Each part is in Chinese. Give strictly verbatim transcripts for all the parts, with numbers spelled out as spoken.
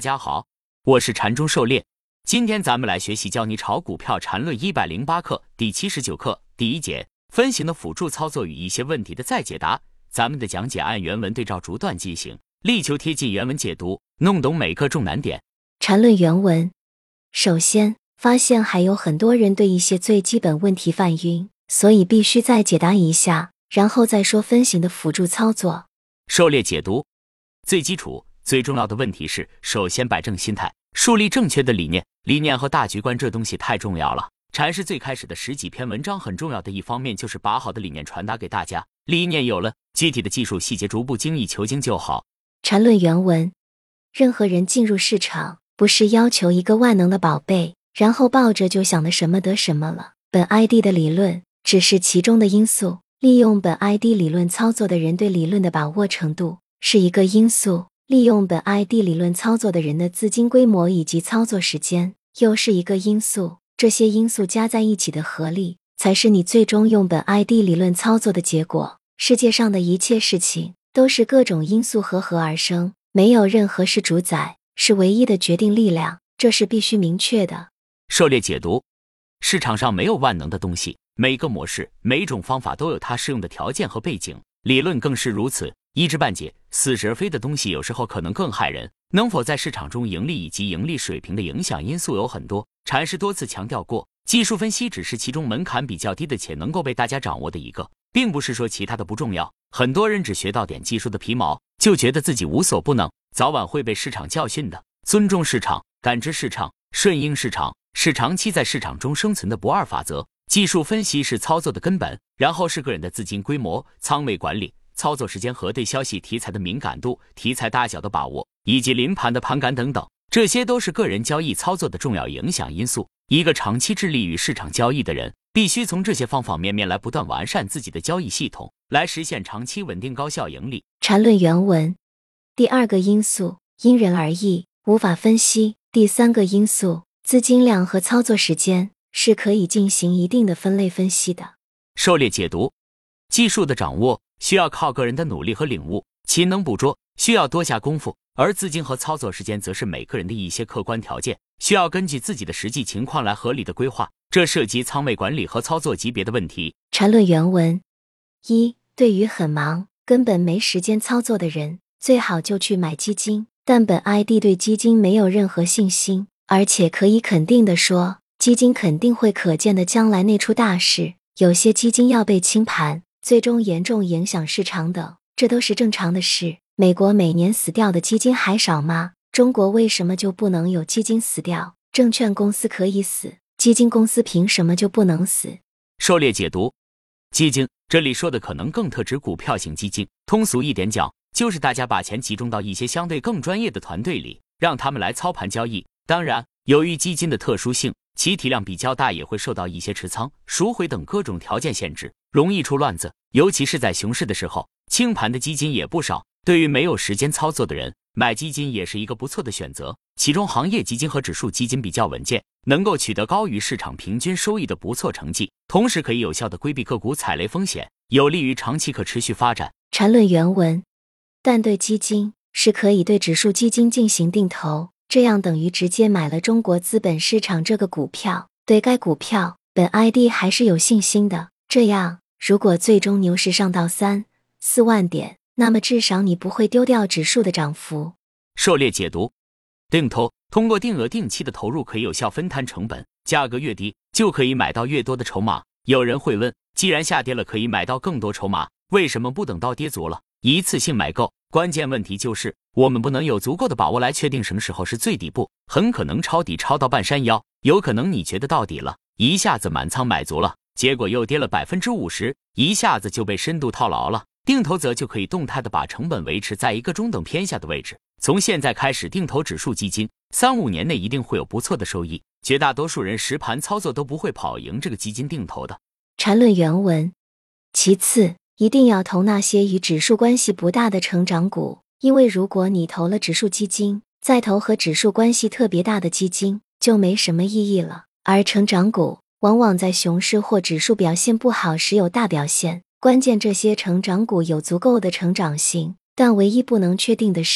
大家好，我是禅中狩猎。今天咱们来学习教你炒股票禅论一百零八课第七十九课第一节，分型的辅助操作与一些问题的再解答。咱们的讲解按原文对照逐段进行，力求贴近原文解读，弄懂每个重难点。 禅论原文。首先，发现还有很多人对一些最基本问题犯晕，所以必须再解答一下，然后再说分型的辅助操作。 狩猎解读。最基础最重要的问题是，首先摆正心态，树立正确的理念。理念和大局观这东西太重要了。禅师最开始的十几篇文章很重要的一方面就是把好的理念传达给大家，理念有了，具体的技术细节逐步精益求精就好。 禅论原文。任何人进入市场，不是要求一个万能的宝贝，然后抱着就想的什么得什么了。本 I D 的理论只是其中的因素，利用本 I D 理论操作的人对理论的把握程度是一个因素，利用本 I D 理论操作的人的资金规模以及操作时间又是一个因素，这些因素加在一起的合力才是你最终用本 I D 理论操作的结果。世界上的一切事情都是各种因素合合而生，没有任何是主宰，是唯一的决定力量，这是必须明确的。 狩猎解读。市场上没有万能的东西，每个模式每种方法都有它适用的条件和背景，理论更是如此。一知半解似是而非的东西有时候可能更害人，能否在市场中盈利以及盈利水平的影响因素有很多。禅师多次强调过，技术分析只是其中门槛比较低的且能够被大家掌握的一个，并不是说其他的不重要。很多人只学到点技术的皮毛，就觉得自己无所不能，早晚会被市场教训的。尊重市场，感知市场，顺应市场，是长期在市场中生存的不二法则。技术分析是操作的根本，然后是个人的资金规模、仓位管理、操作时间和对消息题材的敏感度、题材大小的把握，以及临盘的盘感等等，这些都是个人交易操作的重要影响因素。一个长期致力于市场交易的人，必须从这些方方面面来不断完善自己的交易系统，来实现长期稳定高效盈利。 禅论原文。第二个因素，因人而异，无法分析。第三个因素，资金量和操作时间，是可以进行一定的分类分析的。 狩猎解读。技术的掌握需要靠个人的努力和领悟，勤能捕捉需要多下功夫，而资金和操作时间则是每个人的一些客观条件，需要根据自己的实际情况来合理的规划，这涉及仓位管理和操作级别的问题。 禅论原文。一、对于很忙根本没时间操作的人，最好就去买基金，但本 I D 对基金没有任何信心，而且可以肯定地说，基金肯定会可见的将来内出大事，有些基金要被清盘，最终严重影响市场等，这都是正常的事。美国每年死掉的基金还少吗？中国为什么就不能有基金死掉？证券公司可以死，基金公司凭什么就不能死？ 狩猎解读。基金这里说的可能更特指股票型基金，通俗一点讲，就是大家把钱集中到一些相对更专业的团队里，让他们来操盘交易。当然，由于基金的特殊性，其体量比较大，也会受到一些持仓、赎回等各种条件限制，容易出乱子。尤其是在熊市的时候，清盘的基金也不少。对于没有时间操作的人，买基金也是一个不错的选择。其中行业基金和指数基金比较稳健，能够取得高于市场平均收益的不错成绩，同时可以有效地规避个股踩雷风险，有利于长期可持续发展。 禅论原文。但对基金是可以对指数基金进行定投，这样等于直接买了中国资本市场这个股票，对该股票本 I D 还是有信心的。这样如果最终牛市上到三、四万点，那么至少你不会丢掉指数的涨幅。 狩猎解读。定投通过定额定期的投入可以有效分摊成本，价格越低就可以买到越多的筹码。有人会问，既然下跌了可以买到更多筹码，为什么不等到跌足了一次性买够？关键问题就是我们不能有足够的把握来确定什么时候是最底部，很可能抄底抄到半山腰，有可能你觉得到底了，一下子满仓买足了，结果又跌了 百分之五十， 一下子就被深度套牢了。定投则就可以动态的把成本维持在一个中等偏下的位置，从现在开始定投指数基金，三五年内一定会有不错的收益。绝大多数人实盘操作都不会跑赢这个基金定投的。 禅论原文。其次，一定要投那些与指数关系不大的成长股，因为如果你投了指数基金，再投和指数关系特别大的基金，就没什么意义了。而成长股往往在熊市或指数表现不好时有大表现，关键这些成长股有足够的成长性，但唯一不能确定的是，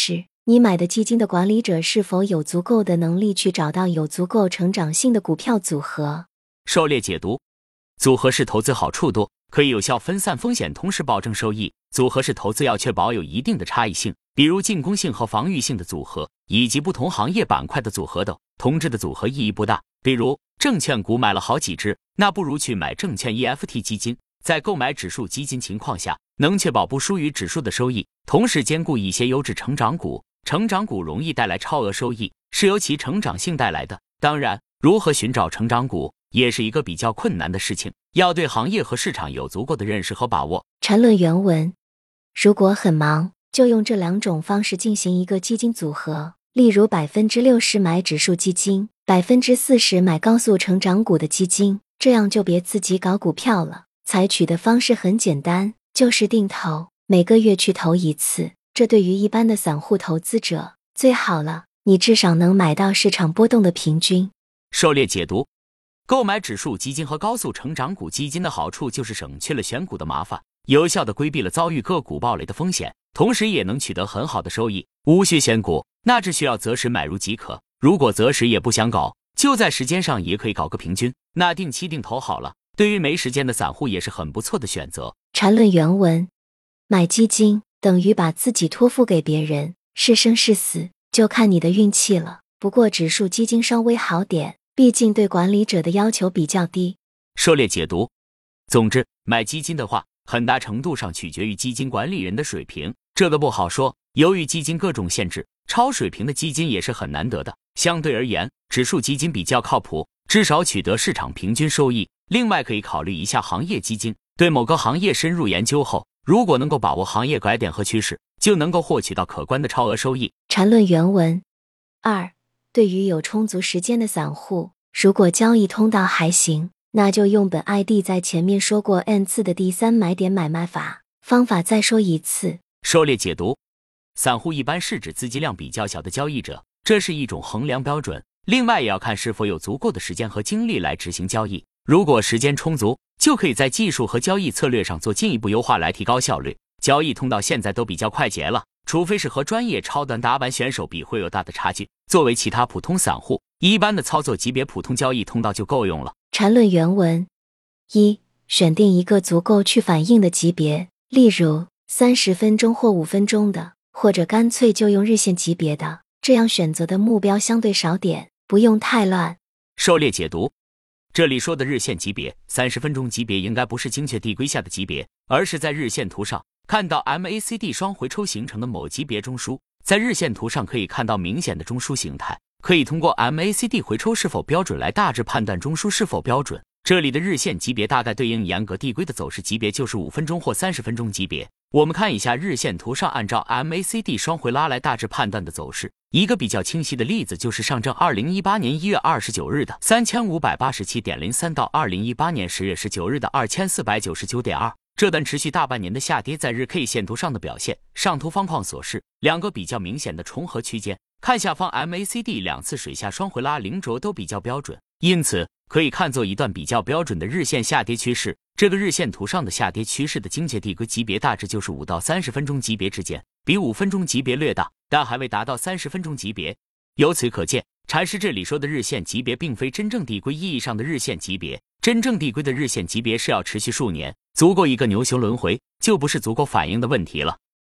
你买的基金的管理者是否有足够的能力去找到有足够成长性的股票组合。 狩猎解读：组合式投资好处多，可以有效分散风险，同时保证收益。组合式投资要确保有一定的差异性，比如进攻性和防御性的组合，以及不同行业板块的组合等。同质的组合意义不大，比如证券股买了好几只，那不如去买证券 E F T 基金。在购买指数基金情况下，能确保不输于指数的收益，同时兼顾一些优质成长股。成长股容易带来超额收益，是由其成长性带来的。当然，如何寻找成长股也是一个比较困难的事情，要对行业和市场有足够的认识和把握。 缠论原文：如果很忙，就用这两种方式进行一个基金组合，例如 百分之六十 买指数基金， 百分之四十 买高速成长股的基金，这样就别自己搞股票了。采取的方式很简单，就是定投，每个月去投一次。这对于一般的散户投资者最好了，你至少能买到市场波动的平均。 狩猎解读：购买指数基金和高速成长股基金的好处就是省去了选股的麻烦，有效地规避了遭遇个股暴雷的风险，同时也能取得很好的收益。无需选股，那只需要择时买入即可。如果择时也不想搞，就在时间上也可以搞个平均，那定期定投好了。对于没时间的散户也是很不错的选择。 缠论原文：买基金等于把自己托付给别人，是生是死就看你的运气了。不过指数基金稍微好点，毕竟对管理者的要求比较低。 狩猎解读：总之，买基金的话，很大程度上取决于基金管理人的水平，这个不好说。由于基金各种限制，超水平的基金也是很难得的。相对而言，指数基金比较靠谱，至少取得市场平均收益。另外可以考虑一下行业基金，对某个行业深入研究后，如果能够把握行业拐点和趋势，就能够获取到可观的超额收益。 缠论原文：二，对于有充足时间的散户，如果交易通道还行，那就用本 I D 在前面说过 N 次的第三买点买卖法。方法再说一次。 狩猎解读：散户一般是指资金量比较小的交易者，这是一种衡量标准。另外也要看是否有足够的时间和精力来执行交易。如果时间充足，就可以在技术和交易策略上做进一步优化来提高效率。交易通道现在都比较快捷了，除非是和专业超短打板选手比会有大的差距。作为其他普通散户，一般的操作级别普通交易通道就够用了。 缠论原文：一，选定一个足够去反应的级别，例如三十分钟或五分钟的，或者干脆就用日线级别的，这样选择的目标相对少点，不用太乱。 狩猎解读：这里说的日线级别、三十分钟级别应该不是精确递归下的级别，而是在日线图上看到 M A C D 双回抽形成的某级别中枢。在日线图上可以看到明显的中枢形态，可以通过 M A C D 回抽是否标准来大致判断中枢是否标准。这里的日线级别大概对应严格递归的走势级别，就是五分钟或三十分钟级别。我们看一下日线图上按照 M A C D 双回拉来大致判断的走势。一个比较清晰的例子就是上证二零一八年一月二十九日的 三千五百八十七点零三 到二零一八年十月十九日的 二千四百九十九点二。这段持续大半年的下跌在日 K 线图上的表现，上图方框所示，两个比较明显的重合区间。看下方 M A C D 两次水下双回拉零轴都比较标准，因此可以看作一段比较标准的日线下跌趋势。这个日线图上的下跌趋势的精确递归级别大致就是五到三十分钟级别之间，比五分钟级别略大，但还未达到三十分钟级别。由此可见，禅师这里说的日线级别并非真正递归意义上的日线级别，真正递归的日线级别是要持续数年，足够一个牛熊轮回，就不是足够反应的问题了。